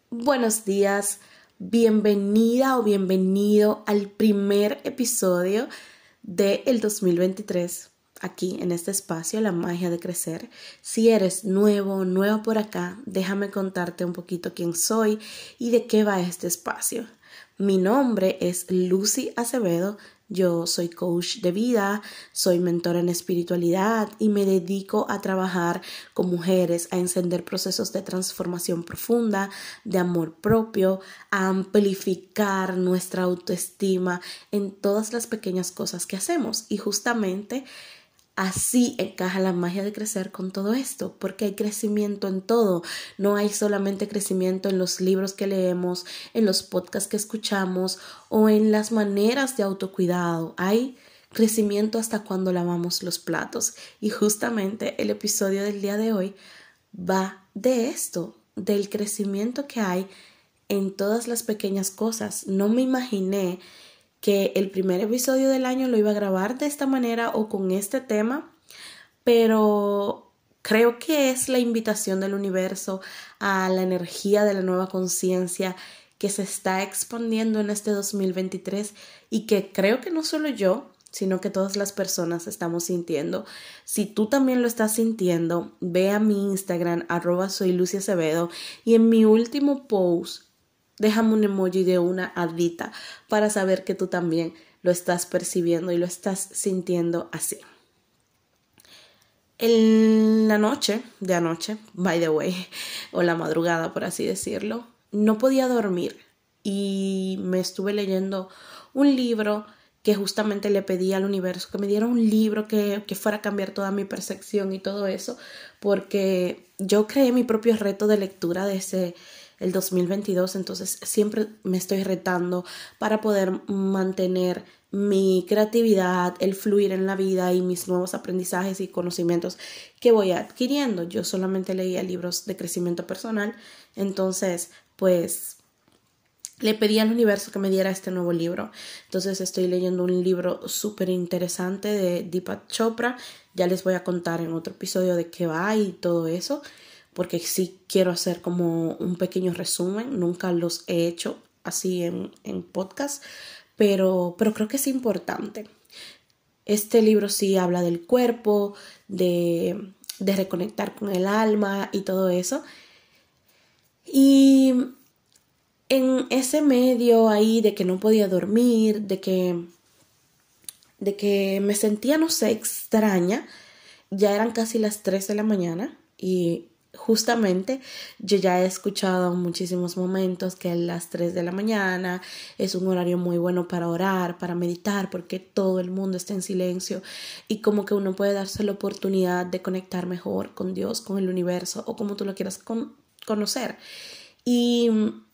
Buenos días, bienvenida o bienvenido al primer episodio del 2023, aquí en este espacio, La Magia de Crecer. Si eres nuevo por acá, déjame contarte un poquito quién soy y de qué va este espacio. Mi nombre es Lucy Acevedo. Yo soy coach de vida, soy mentora en espiritualidad y me dedico a trabajar con mujeres, a encender procesos de transformación profunda, de amor propio, a amplificar nuestra autoestima en todas las pequeñas cosas que hacemos. Y justamente así encaja la magia de crecer con todo esto, porque hay crecimiento en todo. No hay solamente crecimiento en los libros que leemos, en los podcasts que escuchamos o en las maneras de autocuidado. Hay crecimiento hasta cuando lavamos los platos. Y justamente el episodio del día de hoy va de esto, del crecimiento que hay en todas las pequeñas cosas. No me imaginé que el primer episodio del año lo iba a grabar de esta manera o con este tema, pero creo que es la invitación del universo a la energía de la nueva conciencia que se está expandiendo en este 2023 y que creo que no solo yo, sino que todas las personas estamos sintiendo. Si tú también lo estás sintiendo, ve a mi Instagram, @soyluciacevedo, y en mi último post déjame un emoji de una hadita para saber que tú también lo estás percibiendo y lo estás sintiendo así. En la noche de anoche, by the way, o la madrugada por así decirlo, no podía dormir y me estuve leyendo un libro que justamente le pedí al universo que me diera un libro que fuera a cambiar toda mi percepción y todo eso, porque yo creé mi propio reto de lectura desde el 2022, entonces siempre me estoy retando para poder mantener mi creatividad, el fluir en la vida y mis nuevos aprendizajes y conocimientos que voy adquiriendo. Yo solamente leía libros de crecimiento personal, entonces pues le pedí al universo que me diera este nuevo libro. Entonces estoy leyendo un libro súper interesante de Deepak Chopra. Ya les voy a contar en otro episodio de qué va y todo eso, porque sí quiero hacer como un pequeño resumen. Nunca los he hecho así en podcast, pero creo que es importante. Este libro sí habla del cuerpo, de reconectar con el alma y todo eso. Y en ese medio ahí de que no podía dormir, de que me sentía, no sé, extraña, ya eran casi las 3 de la mañana y justamente yo ya he escuchado en muchísimos momentos que las 3 de la mañana es un horario muy bueno para orar, para meditar, porque todo el mundo está en silencio y como que uno puede darse la oportunidad de conectar mejor con Dios, con el universo o como tú lo quieras conocer. Y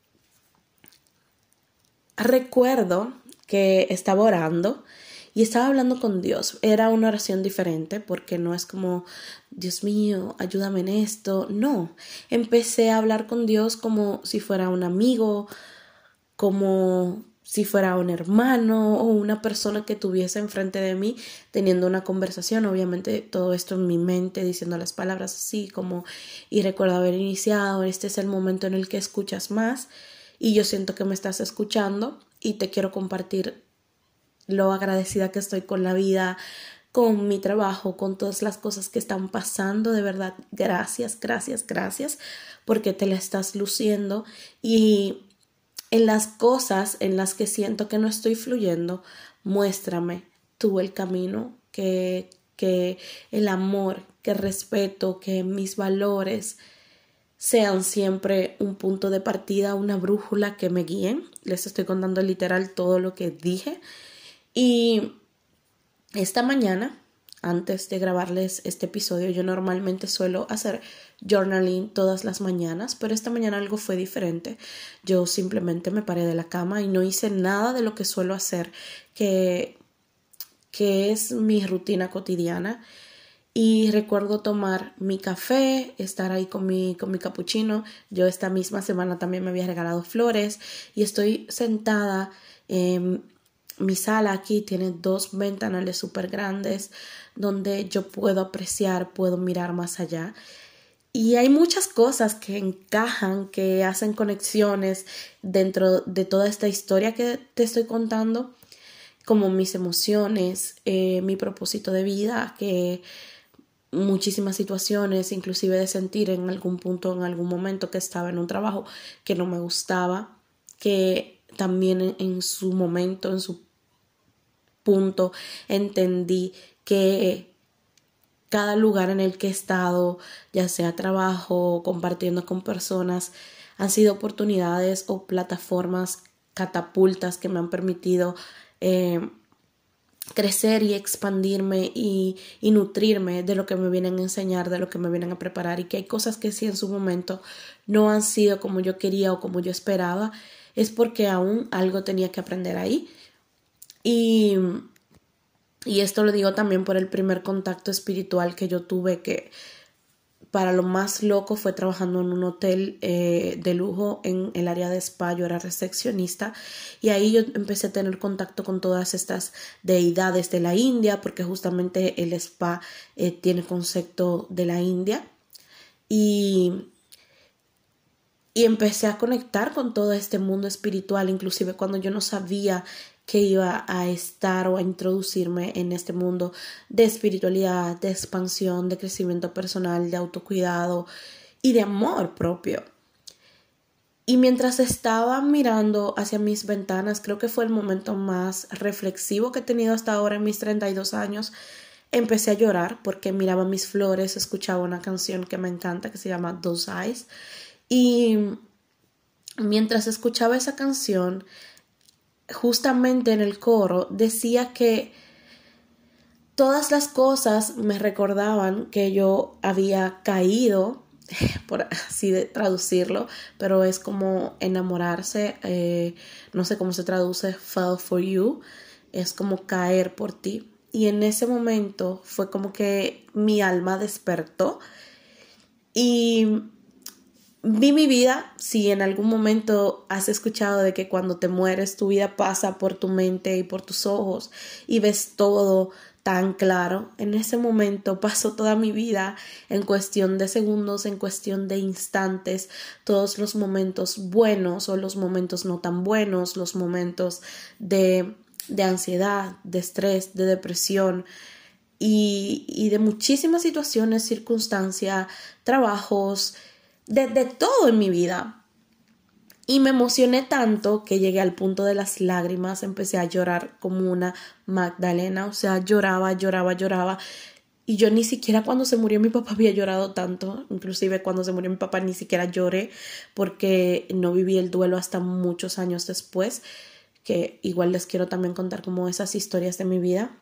recuerdo que estaba orando y estaba hablando con Dios. Era una oración diferente porque no es como, Dios mío, ayúdame en esto. No, empecé a hablar con Dios como si fuera un amigo, como si fuera un hermano o una persona que tuviese enfrente de mí teniendo una conversación. Obviamente todo esto en mi mente, diciendo las palabras así como, y recuerdo haber iniciado, este es el momento en el que escuchas más y yo siento que me estás escuchando y te quiero compartir lo agradecida que estoy con la vida, con mi trabajo, con todas las cosas que están pasando. De verdad, gracias, porque te la estás luciendo y en las cosas en las que siento que no estoy fluyendo, muéstrame tú el camino, que el amor, que el respeto, que mis valores sean siempre un punto de partida, una brújula que me guíen. Les estoy contando literal todo lo que dije. Y esta mañana, antes de grabarles este episodio, yo normalmente suelo hacer journaling todas las mañanas, pero esta mañana algo fue diferente. Yo simplemente me paré de la cama y no hice nada de lo que suelo hacer, que es mi rutina cotidiana. Y recuerdo tomar mi café, estar ahí con mi capuchino. Yo esta misma semana también me había regalado flores y estoy sentada en mi sala. Aquí tiene 2 ventanales súper grandes donde yo puedo apreciar, puedo mirar más allá. Y hay muchas cosas que encajan, que hacen conexiones dentro de toda esta historia que te estoy contando, como mis emociones, mi propósito de vida, que muchísimas situaciones, inclusive de sentir en algún punto, en algún momento que estaba en un trabajo que no me gustaba, que también en su momento, en su punto, entendí que cada lugar en el que he estado, ya sea trabajo, compartiendo con personas, han sido oportunidades o plataformas catapultas que me han permitido crecer y expandirme y nutrirme de lo que me vienen a enseñar, de lo que me vienen a preparar, y que hay cosas que sí en su momento no han sido como yo quería o como yo esperaba, es porque aún algo tenía que aprender ahí. Y esto lo digo también por el primer contacto espiritual que yo tuve, que para lo más loco fue trabajando en un hotel de lujo en el área de spa. Yo era recepcionista y ahí yo empecé a tener contacto con todas estas deidades de la India, porque justamente el spa tiene concepto de la India, y empecé a conectar con todo este mundo espiritual, inclusive cuando yo no sabía que iba a estar o a introducirme en este mundo de espiritualidad, de expansión, de crecimiento personal, de autocuidado y de amor propio. Y mientras estaba mirando hacia mis ventanas, creo que fue el momento más reflexivo que he tenido hasta ahora en mis 32 años, empecé a llorar porque miraba mis flores, escuchaba una canción que me encanta que se llama Those Eyes. Y mientras escuchaba esa canción, justamente en el coro decía que todas las cosas me recordaban que yo había caído, por así de traducirlo, pero es como enamorarse, no sé cómo se traduce, fall for you, es como caer por ti. Y en ese momento fue como que mi alma despertó y vi mi vida. Si en algún momento has escuchado de que cuando te mueres tu vida pasa por tu mente y por tus ojos y ves todo tan claro, en ese momento pasó toda mi vida en cuestión de segundos, en cuestión de instantes, todos los momentos buenos o los momentos no tan buenos, los momentos de ansiedad, de estrés, de depresión y de muchísimas situaciones, circunstancias, trabajos, de todo en mi vida. Y me emocioné tanto que llegué al punto de las lágrimas, empecé a llorar como una Magdalena, o sea, lloraba, lloraba, lloraba. Y yo ni siquiera cuando se murió mi papá había llorado tanto, inclusive cuando se murió mi papá ni siquiera lloré porque no viví el duelo hasta muchos años después, que igual les quiero también contar como esas historias de mi vida.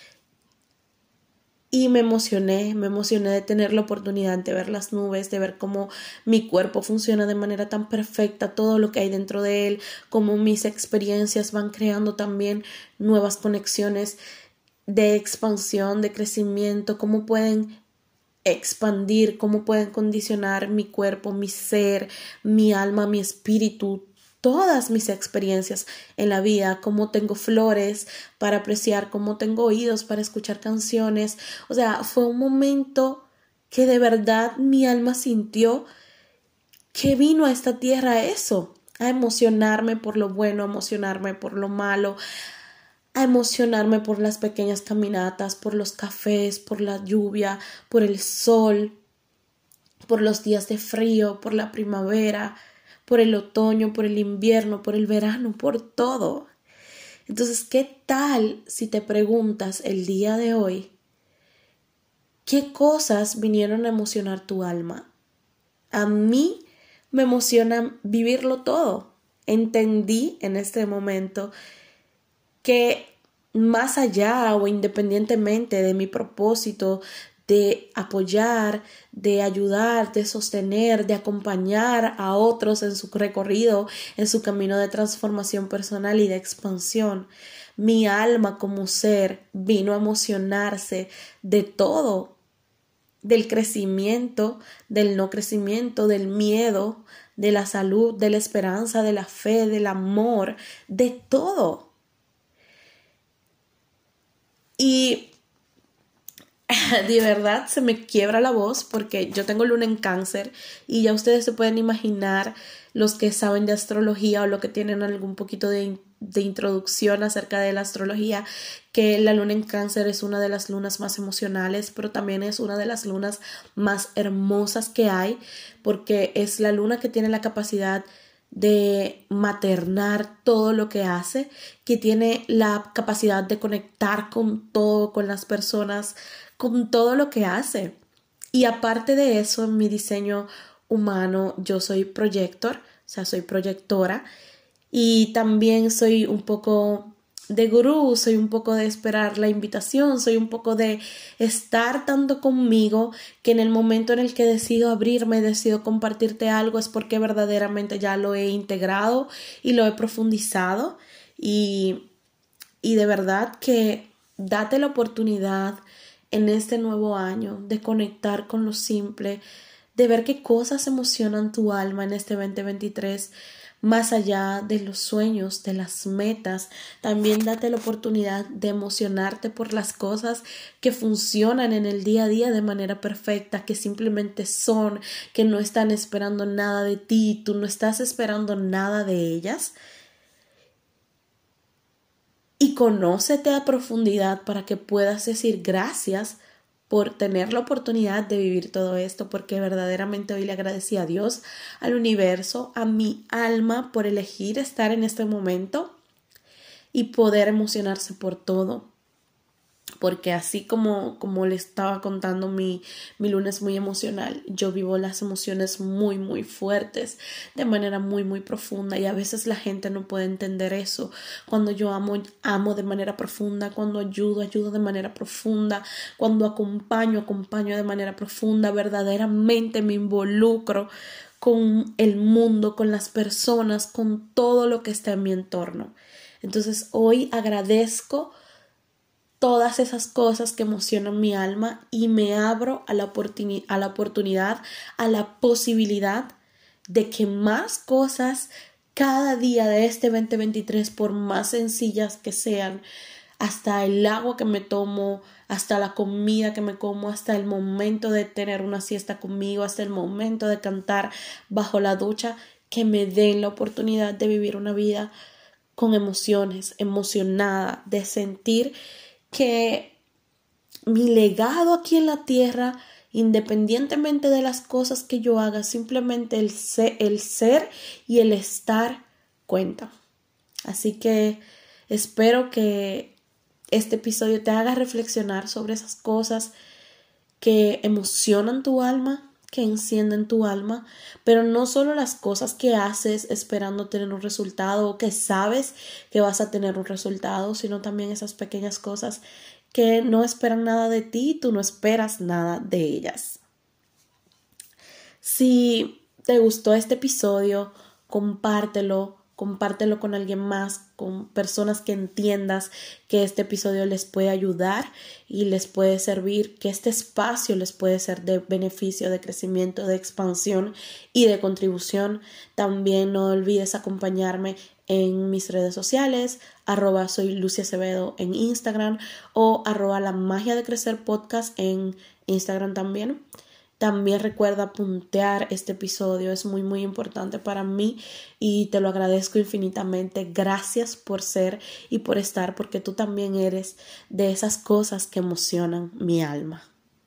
Y me emocioné de tener la oportunidad de ver las nubes, de ver cómo mi cuerpo funciona de manera tan perfecta, todo lo que hay dentro de él, cómo mis experiencias van creando también nuevas conexiones de expansión, de crecimiento, cómo pueden expandir, cómo pueden condicionar mi cuerpo, mi ser, mi alma, mi espíritu, todas mis experiencias en la vida, cómo tengo flores para apreciar, cómo tengo oídos para escuchar canciones. O sea, fue un momento que de verdad mi alma sintió que vino a esta tierra eso, a emocionarme por lo bueno, a emocionarme por lo malo, a emocionarme por las pequeñas caminatas, por los cafés, por la lluvia, por el sol, por los días de frío, por la primavera, por el otoño, por el invierno, por el verano, por todo. Entonces, ¿qué tal si te preguntas el día de hoy qué cosas vinieron a emocionar tu alma? A mí me emociona vivirlo todo. Entendí en este momento que más allá o independientemente de mi propósito de apoyar, de ayudar, de sostener, de acompañar a otros en su recorrido, en su camino de transformación personal y de expansión, mi alma como ser vino a emocionarse de todo, del crecimiento, del no crecimiento, del miedo, de la salud, de la esperanza, de la fe, del amor, de todo. Y De verdad se me quiebra la voz porque yo tengo luna en Cáncer y ya ustedes se pueden imaginar, los que saben de astrología o lo que tienen algún poquito de introducción acerca de la astrología, que la luna en Cáncer es una de las lunas más emocionales, pero también es una de las lunas más hermosas que hay, porque es la luna que tiene la capacidad de maternar todo lo que hace, que tiene la capacidad de conectar con todo, con las personas, con todo lo que hace. Y aparte de eso, en mi diseño humano, yo soy proyector, o sea, soy proyectora, y también soy un poco de gurú, soy un poco de esperar la invitación, soy un poco de estar tanto conmigo que en el momento en el que decido abrirme, decido compartirte algo, es porque verdaderamente ya lo he integrado y lo he profundizado, y, y de verdad que date la oportunidad en este nuevo año de conectar con lo simple, de ver qué cosas emocionan tu alma en este 2023, más allá de los sueños, de las metas. También date la oportunidad de emocionarte por las cosas que funcionan en el día a día de manera perfecta, que simplemente son, que no están esperando nada de ti, tú no estás esperando nada de ellas. Y conócete a profundidad para que puedas decir gracias por tener la oportunidad de vivir todo esto, porque verdaderamente hoy le agradecí a Dios, al universo, a mi alma por elegir estar en este momento y poder emocionarse por todo. Porque así como le estaba contando, mi lunes muy emocional, yo vivo las emociones muy muy fuertes de manera muy muy profunda, y a veces la gente no puede entender eso. Cuando yo amo de manera profunda, cuando ayudo de manera profunda, cuando acompaño de manera profunda, verdaderamente me involucro con el mundo, con las personas, con todo lo que está en mi entorno. Entonces hoy agradezco todas esas cosas que emocionan mi alma y me abro a la oportunidad, a la posibilidad de que más cosas cada día de este 2023, por más sencillas que sean, hasta el agua que me tomo, hasta la comida que me como, hasta el momento de tener una siesta conmigo, hasta el momento de cantar bajo la ducha, que me den la oportunidad de vivir una vida con emociones, emocionada, de sentir que mi legado aquí en la tierra, independientemente de las cosas que yo haga, simplemente el ser y el estar cuenta. Así que espero que este episodio te haga reflexionar sobre esas cosas que emocionan tu alma, que encienden tu alma, pero no solo las cosas que haces esperando tener un resultado o que sabes que vas a tener un resultado, sino también esas pequeñas cosas que no esperan nada de ti y tú no esperas nada de ellas. Si te gustó este episodio, compártelo con alguien más, con personas que entiendas que este episodio les puede ayudar y les puede servir, que este espacio les puede ser de beneficio, de crecimiento, de expansión y de contribución. También no olvides acompañarme en mis redes sociales, @soy Lucy Acevedo en Instagram o @la magia de crecer podcast en Instagram también. También recuerda puntear este episodio, es muy muy importante para mí y te lo agradezco infinitamente. Gracias por ser y por estar, porque tú también eres de esas cosas que emocionan mi alma.